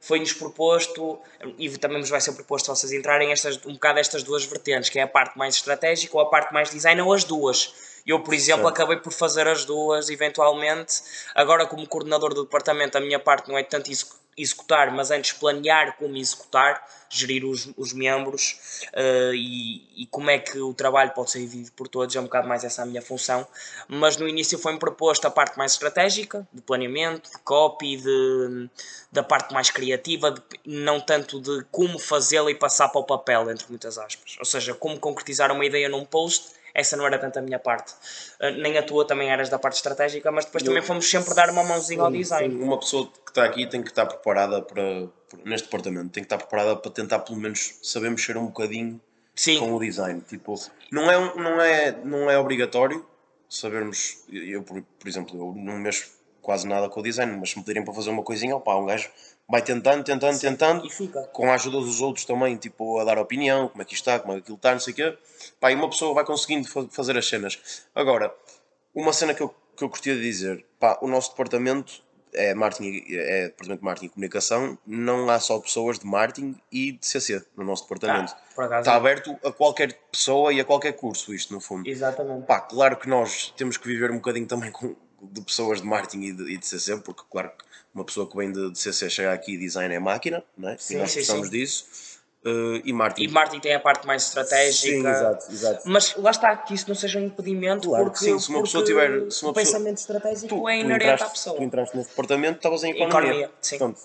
foi-nos proposto, e também vos vai ser proposto vocês entrarem um bocado estas duas vertentes, que é a parte mais estratégica ou a parte mais design, ou as duas. Eu, por exemplo, acabei por fazer as duas, eventualmente. Agora, como coordenador do departamento, a minha parte não é tanto executar, mas antes planear como executar, gerir os membros e como é que o trabalho pode ser dividido por todos, é um bocado mais essa a minha função. Mas no início foi-me proposta a parte mais estratégica, de planeamento, de copy, da parte mais criativa, não tanto de como fazê-la e passar para o papel, entre muitas aspas. Ou seja, como concretizar uma ideia num post. Essa não era tanto a minha parte. Nem a tua também eras da parte estratégica, mas depois também fomos sempre dar uma mãozinha ao design. Uma pessoa que está aqui tem que estar preparada neste departamento, tem que estar preparada para tentar pelo menos saber mexer um bocadinho com o design. Tipo, não é obrigatório sabermos. Eu, por exemplo, eu não mexo quase nada com o design, mas se me pedirem para fazer uma coisinha, opá, um gajo vai tentando, e fica. com a ajuda dos outros também, tipo, a dar opinião, como é que isto está, como é que aquilo está, não sei o quê. Pá, e uma pessoa vai conseguindo fazer as cenas. Agora, uma cena que eu gostaria de dizer, pá, o nosso departamento é departamento de marketing e comunicação, não há só pessoas de marketing e de CC no nosso departamento. Está aberto a qualquer pessoa e a qualquer curso, isto no fundo. Exatamente. Pá, claro que nós temos que viver um bocadinho também de pessoas de marketing e de CC, porque claro que uma pessoa que vem de CC chegar aqui e design é máquina, não é? Sim, e nós precisamos disso. E marketing. E marketing tem a parte mais estratégica. Sim, exato. Mas lá está, que isso não seja um impedimento, claro, porque, sim, se uma pessoa tiver, o pensamento estratégico é inerente à pessoa. Tu entraste nesse departamento, estavas em economia. Sim. Pronto,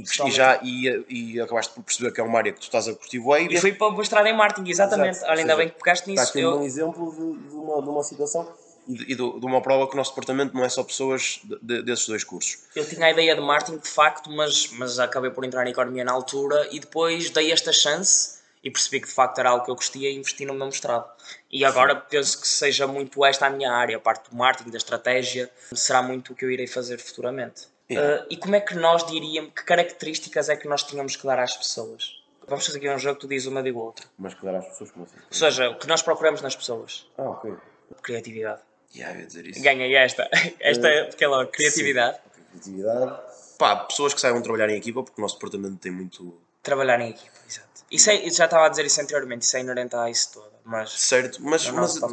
e acabaste por perceber que é uma área que tu estás a curtir bem. E fui para mostrar em marketing, exatamente. Exato. Ainda bem que pegaste nisso. Está aqui um bom exemplo de uma situação e de uma prova que o nosso departamento não é só pessoas desses dois cursos. Eu tinha a ideia de marketing, de facto, mas acabei por entrar em economia na altura e depois dei esta chance e percebi que de facto era algo que eu gostia e investi no meu mestrado. E agora penso que seja muito esta a minha área, a parte do marketing, da estratégia, será muito o que eu irei fazer futuramente. E como é que nós diríamos, que características é que nós tínhamos que dar às pessoas? Vamos fazer aqui um jogo, tu dizes uma, digo outra. Mas que dar às pessoas como assim? Ou seja, o que nós procuramos nas pessoas. Ok. Criatividade. Eu ia dizer isso. Ganhei esta. Esta é porque é logo, criatividade. Sim. Criatividade. Pá, pessoas que saibam trabalhar em equipa, porque o nosso departamento tem muito... Trabalhar em equipa, exato. Isso já estava a dizer isso anteriormente, isso é inerente a isso todo. Certo, mas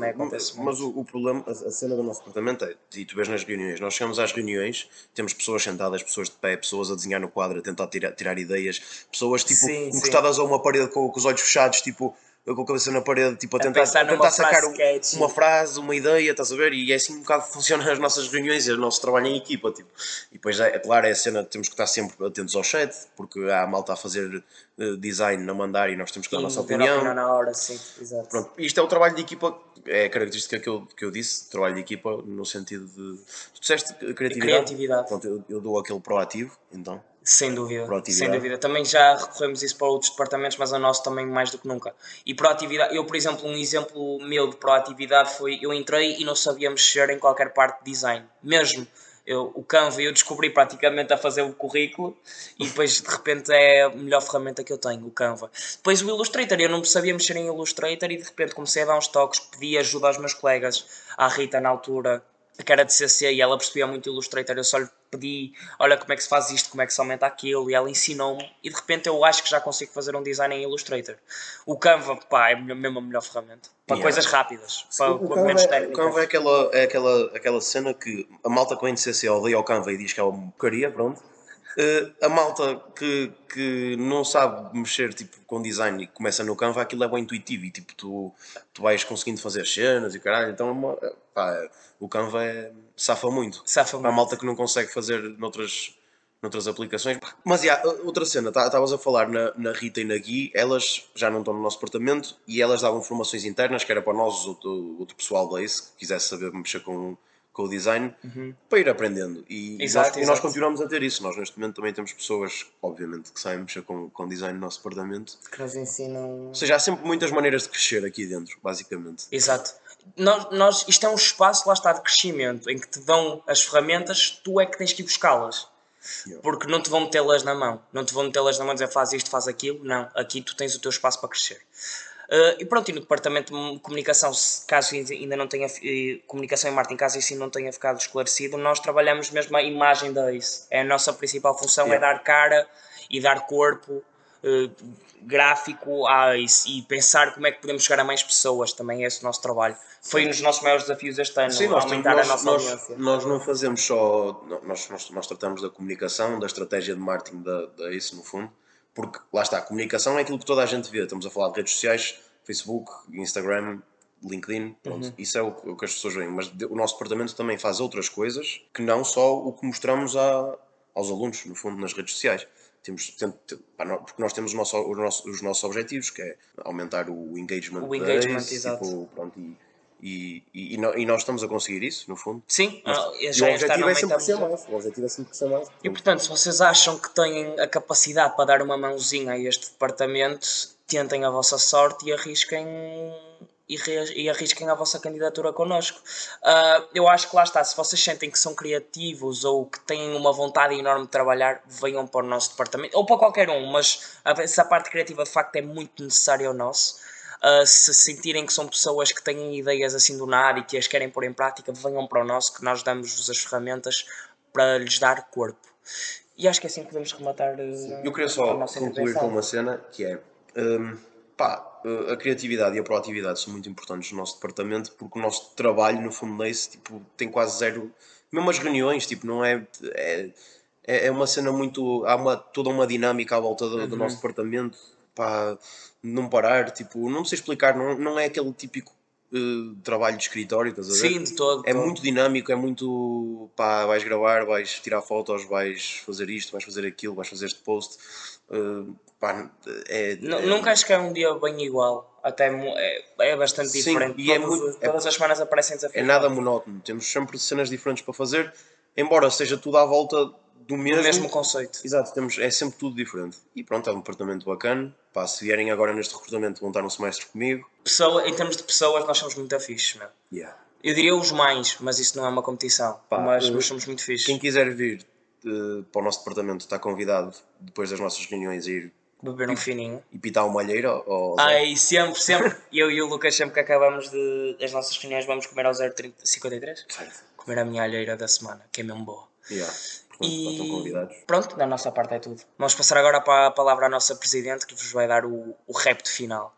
o problema, a cena do nosso departamento é, e tu vês nas reuniões, nós chegamos às reuniões, temos pessoas sentadas, pessoas de pé, pessoas a desenhar no quadro, a tentar tirar ideias, pessoas tipo encostadas a uma parede com os olhos fechados, tipo, com a cabeça na parede, tipo, a tentar sacar uma frase, uma ideia, estás a ver? E é assim um bocado que funcionam as nossas reuniões e o nosso trabalho em equipa, tipo. E depois, é claro, é a cena, temos que estar sempre atentos ao chat, porque há a malta a fazer design, não mandar, e nós temos que dar a nossa opinião. Na hora, sim, exato. Pronto, isto é o trabalho de equipa, é a característica que eu disse, trabalho de equipa no sentido de... Tu disseste criatividade. Pronto, eu dou aquele proativo, então... Sem dúvida, sem dúvida. Também já recorremos isso para outros departamentos, mas a nosso também mais do que nunca. E proatividade, eu por exemplo, um exemplo meu de proatividade foi, eu entrei e não sabia mexer em qualquer parte de design, mesmo. O Canva eu descobri praticamente a fazer o currículo e depois de repente é a melhor ferramenta que eu tenho, o Canva. Depois o Illustrator, eu não sabia mexer em Illustrator e de repente comecei a dar uns toques, pedi ajuda aos meus colegas, à Rita na altura, que era de CC e ela percebia muito Illustrator, eu só lhe pedi, olha como é que se faz isto, como é que se aumenta aquilo, e ela ensinou-me e de repente eu acho que já consigo fazer um design em Illustrator. O Canva, pá, é mesmo a melhor ferramenta para coisas rápidas, para menos técnicas. O Canva é aquela cena que a malta que vem de CC odeia ao Canva e diz que é uma porcaria, pronto. A malta que não sabe mexer tipo, com design e começa no Canva, aquilo é bem intuitivo e tipo, tu vais conseguindo fazer cenas e caralho, então pá, o Canva safa muito. Para a malta que não consegue fazer noutras aplicações. Mas outra cena, estavas a falar na Rita e na Gui, elas já não estão no nosso departamento e elas davam formações internas, que era para nós, outro pessoal da ACE, que quisesse saber mexer com o design, para ir aprendendo. E nós continuamos a ter isso. Nós neste momento também temos pessoas, obviamente, que sabem mexer com design no nosso departamento. Que nos ensinam... Ou seja, há sempre muitas maneiras de crescer aqui dentro, basicamente. Exato. Isto é um espaço, lá está, de crescimento, em que te dão as ferramentas, tu é que tens que ir buscá-las. Porque não te vão metê-las na mão. Não te vão metê-las na mão e dizer faz isto, faz aquilo. Não, aqui tu tens o teu espaço para crescer. E pronto, e no departamento de comunicação, caso ainda não tenha comunicação e marketing, caso isso não tenha ficado esclarecido, nós trabalhamos mesmo a imagem da ACE. É a nossa principal função, é dar cara e dar corpo gráfico e pensar como é que podemos chegar a mais pessoas. Também é esse o nosso trabalho. Foi um dos nossos maiores desafios este ano, Sim, aumentar a nossa audiência. Nós não fazemos só. Nós tratamos da comunicação, da estratégia de marketing da ACE, no fundo, porque lá está, a comunicação é aquilo que toda a gente vê. Estamos a falar de redes sociais, Facebook, Instagram, LinkedIn, pronto, isso é o que as pessoas veem. Mas o nosso departamento também faz outras coisas que não só o que mostramos aos alunos, no fundo, nas redes sociais. Porque nós temos os nossos objetivos, que é aumentar o engagement, Exato. tipo, pronto, e nós estamos a conseguir isso, no fundo. Sim, e já o objetivo é sempre estamos crescer mais. O objetivo é sempre crescer mais. E portanto, se vocês acham que têm a capacidade para dar uma mãozinha a este departamento, tentem a vossa sorte e arrisquem a vossa candidatura connosco. Eu acho que lá está, se vocês sentem que são criativos ou que têm uma vontade enorme de trabalhar, venham para o nosso departamento, ou para qualquer um, mas essa parte criativa de facto é muito necessária ao nosso. Se sentirem que são pessoas que têm ideias assim do nada e que as querem pôr em prática, venham para o nosso, que nós damos-vos as ferramentas para lhes dar corpo. E acho que é assim que podemos rematar eu queria só concluir com uma cena que é a criatividade e a proatividade são muito importantes no nosso departamento, porque o nosso trabalho no fundo nesse tipo, tem quase zero, mesmo as reuniões, tipo, não é uma cena muito, toda uma dinâmica à volta do nosso departamento, não parar, tipo, não sei explicar, não é aquele típico trabalho de escritório, estás a ver? Sim, de todo. Muito dinâmico, é muito vais gravar, vais tirar fotos, vais fazer isto, vais fazer aquilo, vais fazer este post. Nunca acho que é um dia bem igual, até é bastante diferente. E todas as semanas aparecem desafios. É nada monótono, temos sempre cenas diferentes para fazer, embora seja tudo à volta do mesmo conceito. Exato, é sempre tudo diferente. E pronto, é um departamento bacana. Se vierem agora neste recrutamento, vão estar um semestre comigo. Em termos de pessoas, nós somos muito afixos, meu. Yeah. Eu diria os mais, mas isso não é uma competição. Mas somos muito fixos. Quem quiser vir para o nosso departamento está convidado, depois das nossas reuniões, a ir beber um fininho e pitar uma alheira. E sempre. Eu e o Lucas, sempre que acabamos as nossas reuniões, vamos comer ao 053. Comer a minha alheira da semana, que é mesmo boa. Yeah. Estão convidados. Pronto, da nossa parte é tudo. Vamos passar agora para a palavra à nossa Presidente, que vos vai dar o repto final.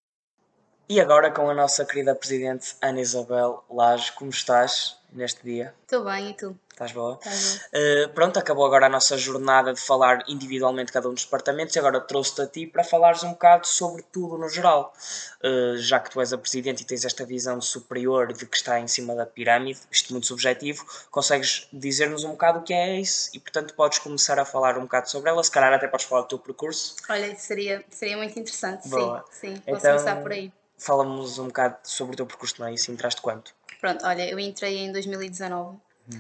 E agora com a nossa querida Presidente Ana Isabel Lage, como estás neste dia? Estou bem, e tu? Estás boa? Estás boa. Pronto, acabou agora a nossa jornada de falar individualmente cada um dos departamentos e agora trouxe-te a ti para falares um bocado sobre tudo no geral. Já que tu és a Presidente e tens esta visão superior de que está em cima da pirâmide, isto muito subjetivo, consegues dizer-nos um bocado o que é isso e portanto podes começar a falar um bocado sobre ela, se calhar até podes falar do teu percurso. Olha, seria muito interessante, boa. Sim, posso começar por aí. Fala-nos um bocado sobre o teu percurso, não é? Isso entraste quanto? Pronto, olha, eu entrei em 2019.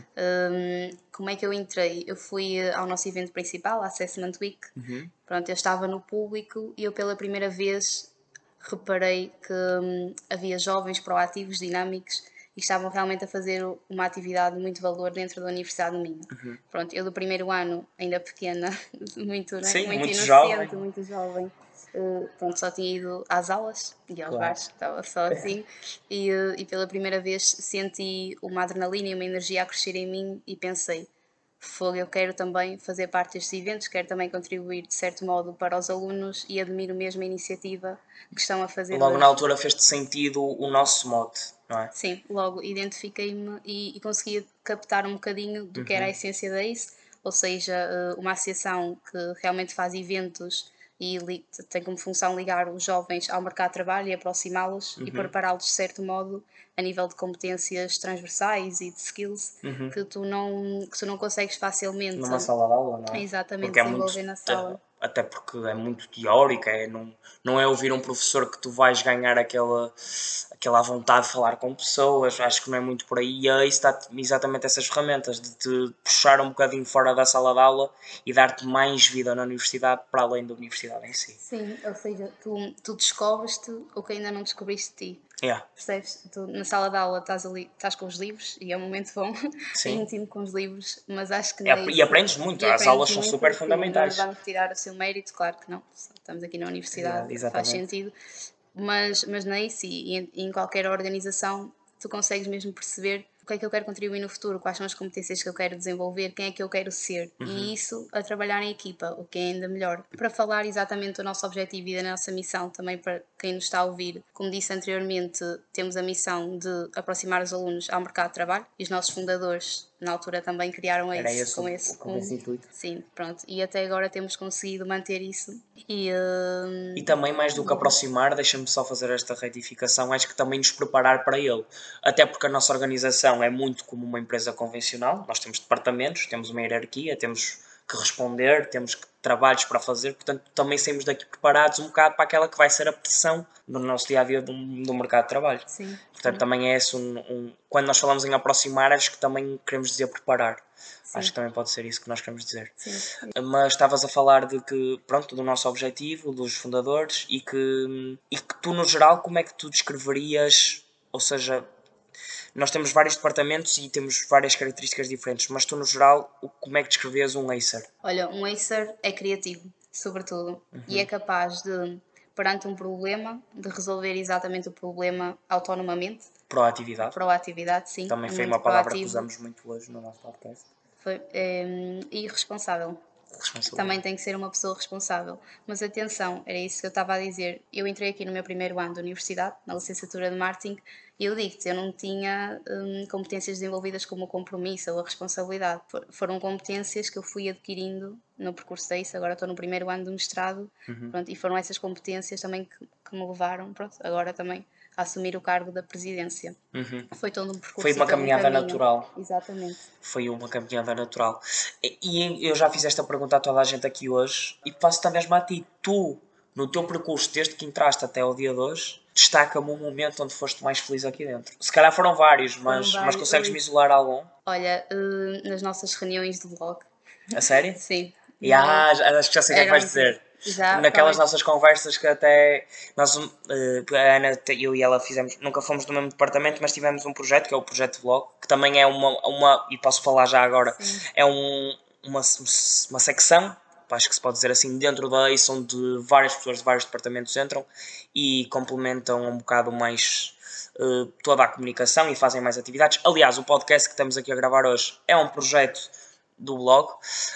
Como é que eu entrei? Eu fui ao nosso evento principal, a Assessment Week. Pronto, eu estava no público e eu pela primeira vez reparei que havia jovens proativos, dinâmicos e estavam realmente a fazer uma atividade de muito valor dentro da Universidade do Minho. Pronto, eu do primeiro ano, ainda pequena, muito inocente, muito jovem. Pronto, só tinha ido às aulas e aos bares, estava só assim e pela primeira vez senti uma adrenalina e uma energia a crescer em mim e pensei, eu quero também fazer parte destes eventos, quero também contribuir de certo modo para os alunos e admiro mesmo a iniciativa que estão a fazer. Logo na altura fez-te sentido o nosso mote, não é? Sim, logo identifiquei-me e consegui captar um bocadinho do que era a essência da ACE, ou seja, uma associação que realmente faz eventos e tem como função ligar os jovens ao mercado de trabalho e aproximá-los e prepará-los de certo modo a nível de competências transversais e de skills que tu não consegues facilmente numa sala de aula, não é? Exatamente, desenvolver na sala. Até porque é muito teórica, não é ouvir um professor que tu vais ganhar aquela vontade de falar com pessoas, acho que não é muito por aí, e aí está exatamente essas ferramentas de te puxar um bocadinho fora da sala de aula e dar-te mais vida na universidade para além da universidade em si. Sim, ou seja, tu descobres-te o que ainda não descobriste de ti. Percebes? Tu, na sala de aula estás com os livros e é um momento bom, íntimo com os livros, mas acho que e aprendes muito, as aulas são super fundamentais. Não vamos tirar o seu mérito, claro que não, estamos aqui na universidade, faz sentido, mas na ICE e em qualquer organização tu consegues mesmo perceber o que é que eu quero contribuir no futuro, quais são as competências que eu quero desenvolver, quem é que eu quero ser. E isso a trabalhar em equipa, o que é ainda melhor. Para falar exatamente do nosso objetivo e da nossa missão, também para quem nos está a ouvir, como disse anteriormente, temos a missão de aproximar os alunos ao mercado de trabalho e os nossos fundadores na altura também criaram isso com esse intuito. Sim, pronto. E até agora temos conseguido manter isso. E também, mais do que aproximar, deixa-me só fazer esta retificação, acho que também nos preparar para ele. Até porque a nossa organização é muito como uma empresa convencional, nós temos departamentos, temos uma hierarquia, temos que responder, temos trabalhos para fazer, portanto também saímos daqui preparados um bocado para aquela que vai ser a pressão no nosso dia-a-dia do mercado de trabalho. Sim. Portanto também é esse quando nós falamos em aproximar, acho que também queremos dizer preparar. Sim. Acho que também pode ser isso que nós queremos dizer. Sim. Mas estavas a falar de que, pronto, do nosso objetivo, dos fundadores, e que tu no geral, como é que tu descreverias, ou seja, nós temos vários departamentos e temos várias características diferentes, mas tu no geral, como é que descrevias um Acer? Olha, um Acer é criativo, sobretudo, e é capaz de, perante um problema, de resolver exatamente o problema autonomamente. Proatividade, sim. Também foi uma palavra que usamos muito hoje no nosso podcast. E responsável. Também tem que ser uma pessoa responsável. Mas atenção, era isso que eu estava a dizer. Eu entrei aqui no meu primeiro ano de universidade, na licenciatura de marketing, e eu digo-te, eu não tinha competências desenvolvidas como o compromisso ou a responsabilidade. Foram competências que eu fui adquirindo no percurso disso. Agora estou no primeiro ano do mestrado, pronto, e foram essas competências também que me levaram, pronto, agora também a assumir o cargo da presidência. Foi todo um percurso. Foi uma caminhada natural. Exatamente. Foi uma caminhada natural. E eu já fiz esta pergunta a toda a gente aqui hoje e faço-te a mesma a ti. Tu, no teu percurso, desde que entraste até ao dia de hoje, destaca-me um momento onde foste mais feliz aqui dentro. Se calhar foram vários, mas consegues-me isolar algum? Olha, nas nossas reuniões de blog. A sério? Sim. Acho que já sei o que é que vais dizer. Naquelas nossas conversas que até nós, a Ana, eu e ela fizemos, nunca fomos do mesmo departamento, mas tivemos um projeto que é o projeto Vlog, que também é uma e posso falar já agora, é uma secção, acho que se pode dizer assim, dentro da ACE, onde várias pessoas de vários departamentos entram e complementam um bocado mais toda a comunicação e fazem mais atividades. Aliás, o podcast que estamos aqui a gravar hoje é um projeto do blog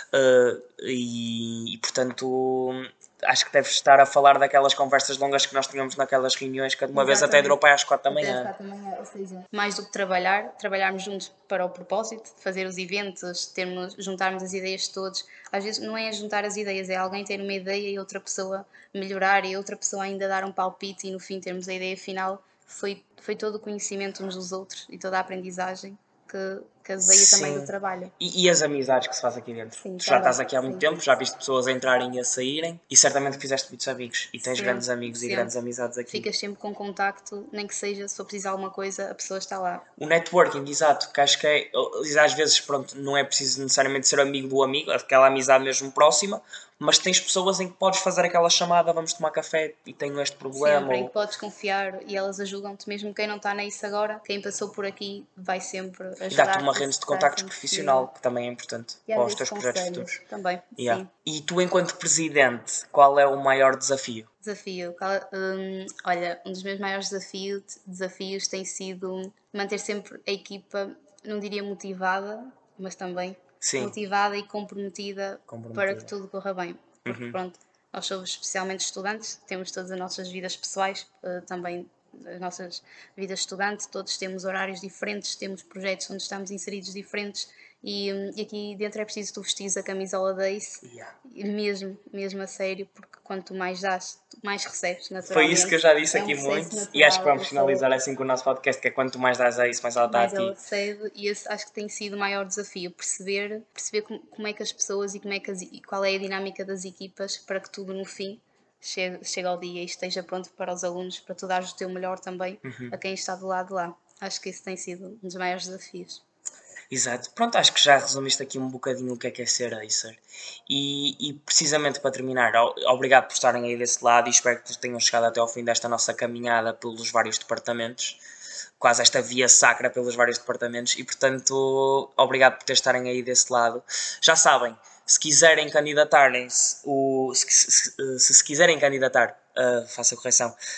e portanto acho que deves estar a falar daquelas conversas longas que nós tínhamos naquelas reuniões que de uma vez até durou para às 4 da manhã. Ou seja, mais do que trabalharmos juntos para o propósito de fazer os eventos, juntarmos as ideias todos. Às vezes não é juntar as ideias, é alguém ter uma ideia e outra pessoa melhorar e outra pessoa ainda dar um palpite e no fim termos a ideia final. Foi todo o conhecimento uns dos outros e toda a aprendizagem que veio também do trabalho. E as amizades que se faz aqui dentro? Sim, tu já estás aqui há muito tempo, já viste pessoas a entrarem e a saírem e certamente fizeste muitos amigos e tens grandes amigos e grandes amizades aqui. Ficas sempre com contacto, nem que seja, se for precisar alguma coisa, a pessoa está lá. O networking, exato, que acho que é, às vezes pronto, não é preciso necessariamente ser amigo do amigo, aquela amizade mesmo próxima, mas tens pessoas em que podes fazer aquela chamada, vamos tomar café e tenho este problema. Sempre, em que podes confiar e elas ajudam-te, mesmo quem não está nisso agora, quem passou por aqui vai sempre ajudar. E dá-te uma rede de contactos profissional, que também é importante para os teus projetos futuros. Também, sim. E tu, enquanto presidente, qual é o maior desafio? Olha, um dos meus maiores desafios tem sido manter sempre a equipa, não diria motivada, mas também motivada e comprometida para que tudo corra bem. Porque pronto, nós somos especialmente estudantes, temos todas as nossas vidas pessoais, também as nossas vidas estudantes, todos temos horários diferentes, temos projetos onde estamos inseridos diferentes e aqui dentro é preciso tu vestires a camisola da ACE, mesmo a sério, porque quanto mais dás, mais recebes, naturalmente. Foi isso que eu já disse aqui muito natural, e acho que vamos finalizar assim com o nosso podcast, que é quanto mais dás a isso, mais ela está a ti. Ela recebe, e esse acho que tem sido o maior desafio, perceber como é que as pessoas e qual é a dinâmica das equipas para que tudo no fim chegue ao dia e esteja pronto para os alunos, para tu dares o teu melhor também a quem está do lado de lá. Acho que isso tem sido um dos maiores desafios. Exato. Pronto, acho que já resumiste aqui um bocadinho o que é ser Acer. E precisamente para terminar, obrigado por estarem aí desse lado e espero que tenham chegado até ao fim desta nossa caminhada pelos vários departamentos, quase esta via sacra pelos vários departamentos e, portanto, obrigado por estarem aí desse lado. Já sabem, se quiserem candidatarem-se, se quiserem candidatar, faça a correção,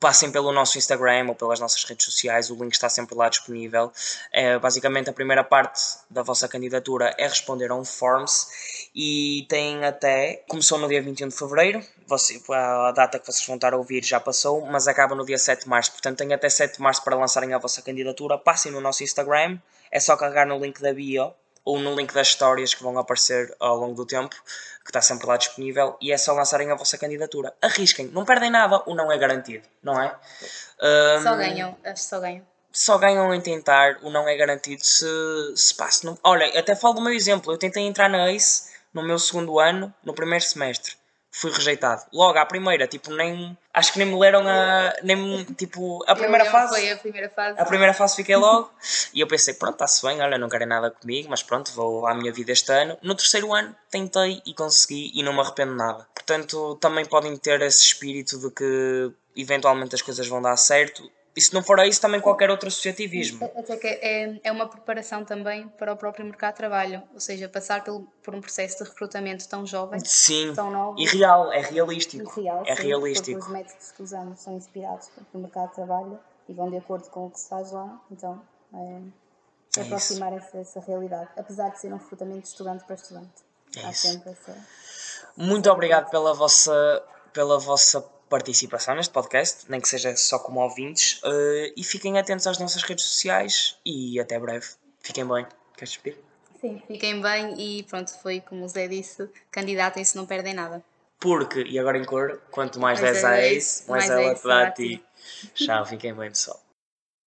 passem pelo nosso Instagram ou pelas nossas redes sociais, o link está sempre lá disponível. Basicamente a primeira parte da vossa candidatura é responder a um Forms e tem até, começou no dia 21 de Fevereiro, a data que vocês vão estar a ouvir já passou, mas acaba no dia 7 de Março, portanto tem até 7 de Março para lançarem a vossa candidatura. Passem no nosso Instagram, é só carregar no link da bio ou no link das histórias que vão aparecer ao longo do tempo, que está sempre lá disponível, e é só lançarem a vossa candidatura. Arrisquem, não perdem nada, o não é garantido, não é? Só ganham, acho que só ganham. Só ganham em tentar, o não é garantido se passa. Não... Olha, até falo do meu exemplo, eu tentei entrar na ACE no meu segundo ano, no primeiro semestre. Fui rejeitado. Logo, à primeira, tipo, nem... Acho que nem me leram a primeira fase. Foi a primeira fase. A primeira fase fiquei logo. E eu pensei, pronto, está-se bem, olha, não querem nada comigo, mas pronto, vou à minha vida este ano. No terceiro ano, tentei e consegui e não me arrependo nada. Portanto, também podem ter esse espírito de que eventualmente as coisas vão dar certo. E se não for isso, também qualquer outro associativismo. Até que é uma preparação também para o próprio mercado de trabalho, ou seja, passar por um processo de recrutamento tão jovem, Sim, tão novo. E real, é realístico. É sim, realístico. Porque os métodos que usamos são inspirados pelo mercado de trabalho e vão de acordo com o que se faz lá, então é aproximar essa realidade, apesar de ser um recrutamento de estudante para estudante. É Há isso. sempre essa... Muito obrigado pela vossa participação neste podcast, nem que seja só como ouvintes, e fiquem atentos às nossas redes sociais e até breve. Fiquem bem. Queres despedir? Sim, fiquem bem e pronto, foi como o Zé disse, candidatem-se, não perdem nada. Porque, e agora em cor, quanto mais 10 a mais ela te dá a ti. Tchau, fiquem bem, pessoal.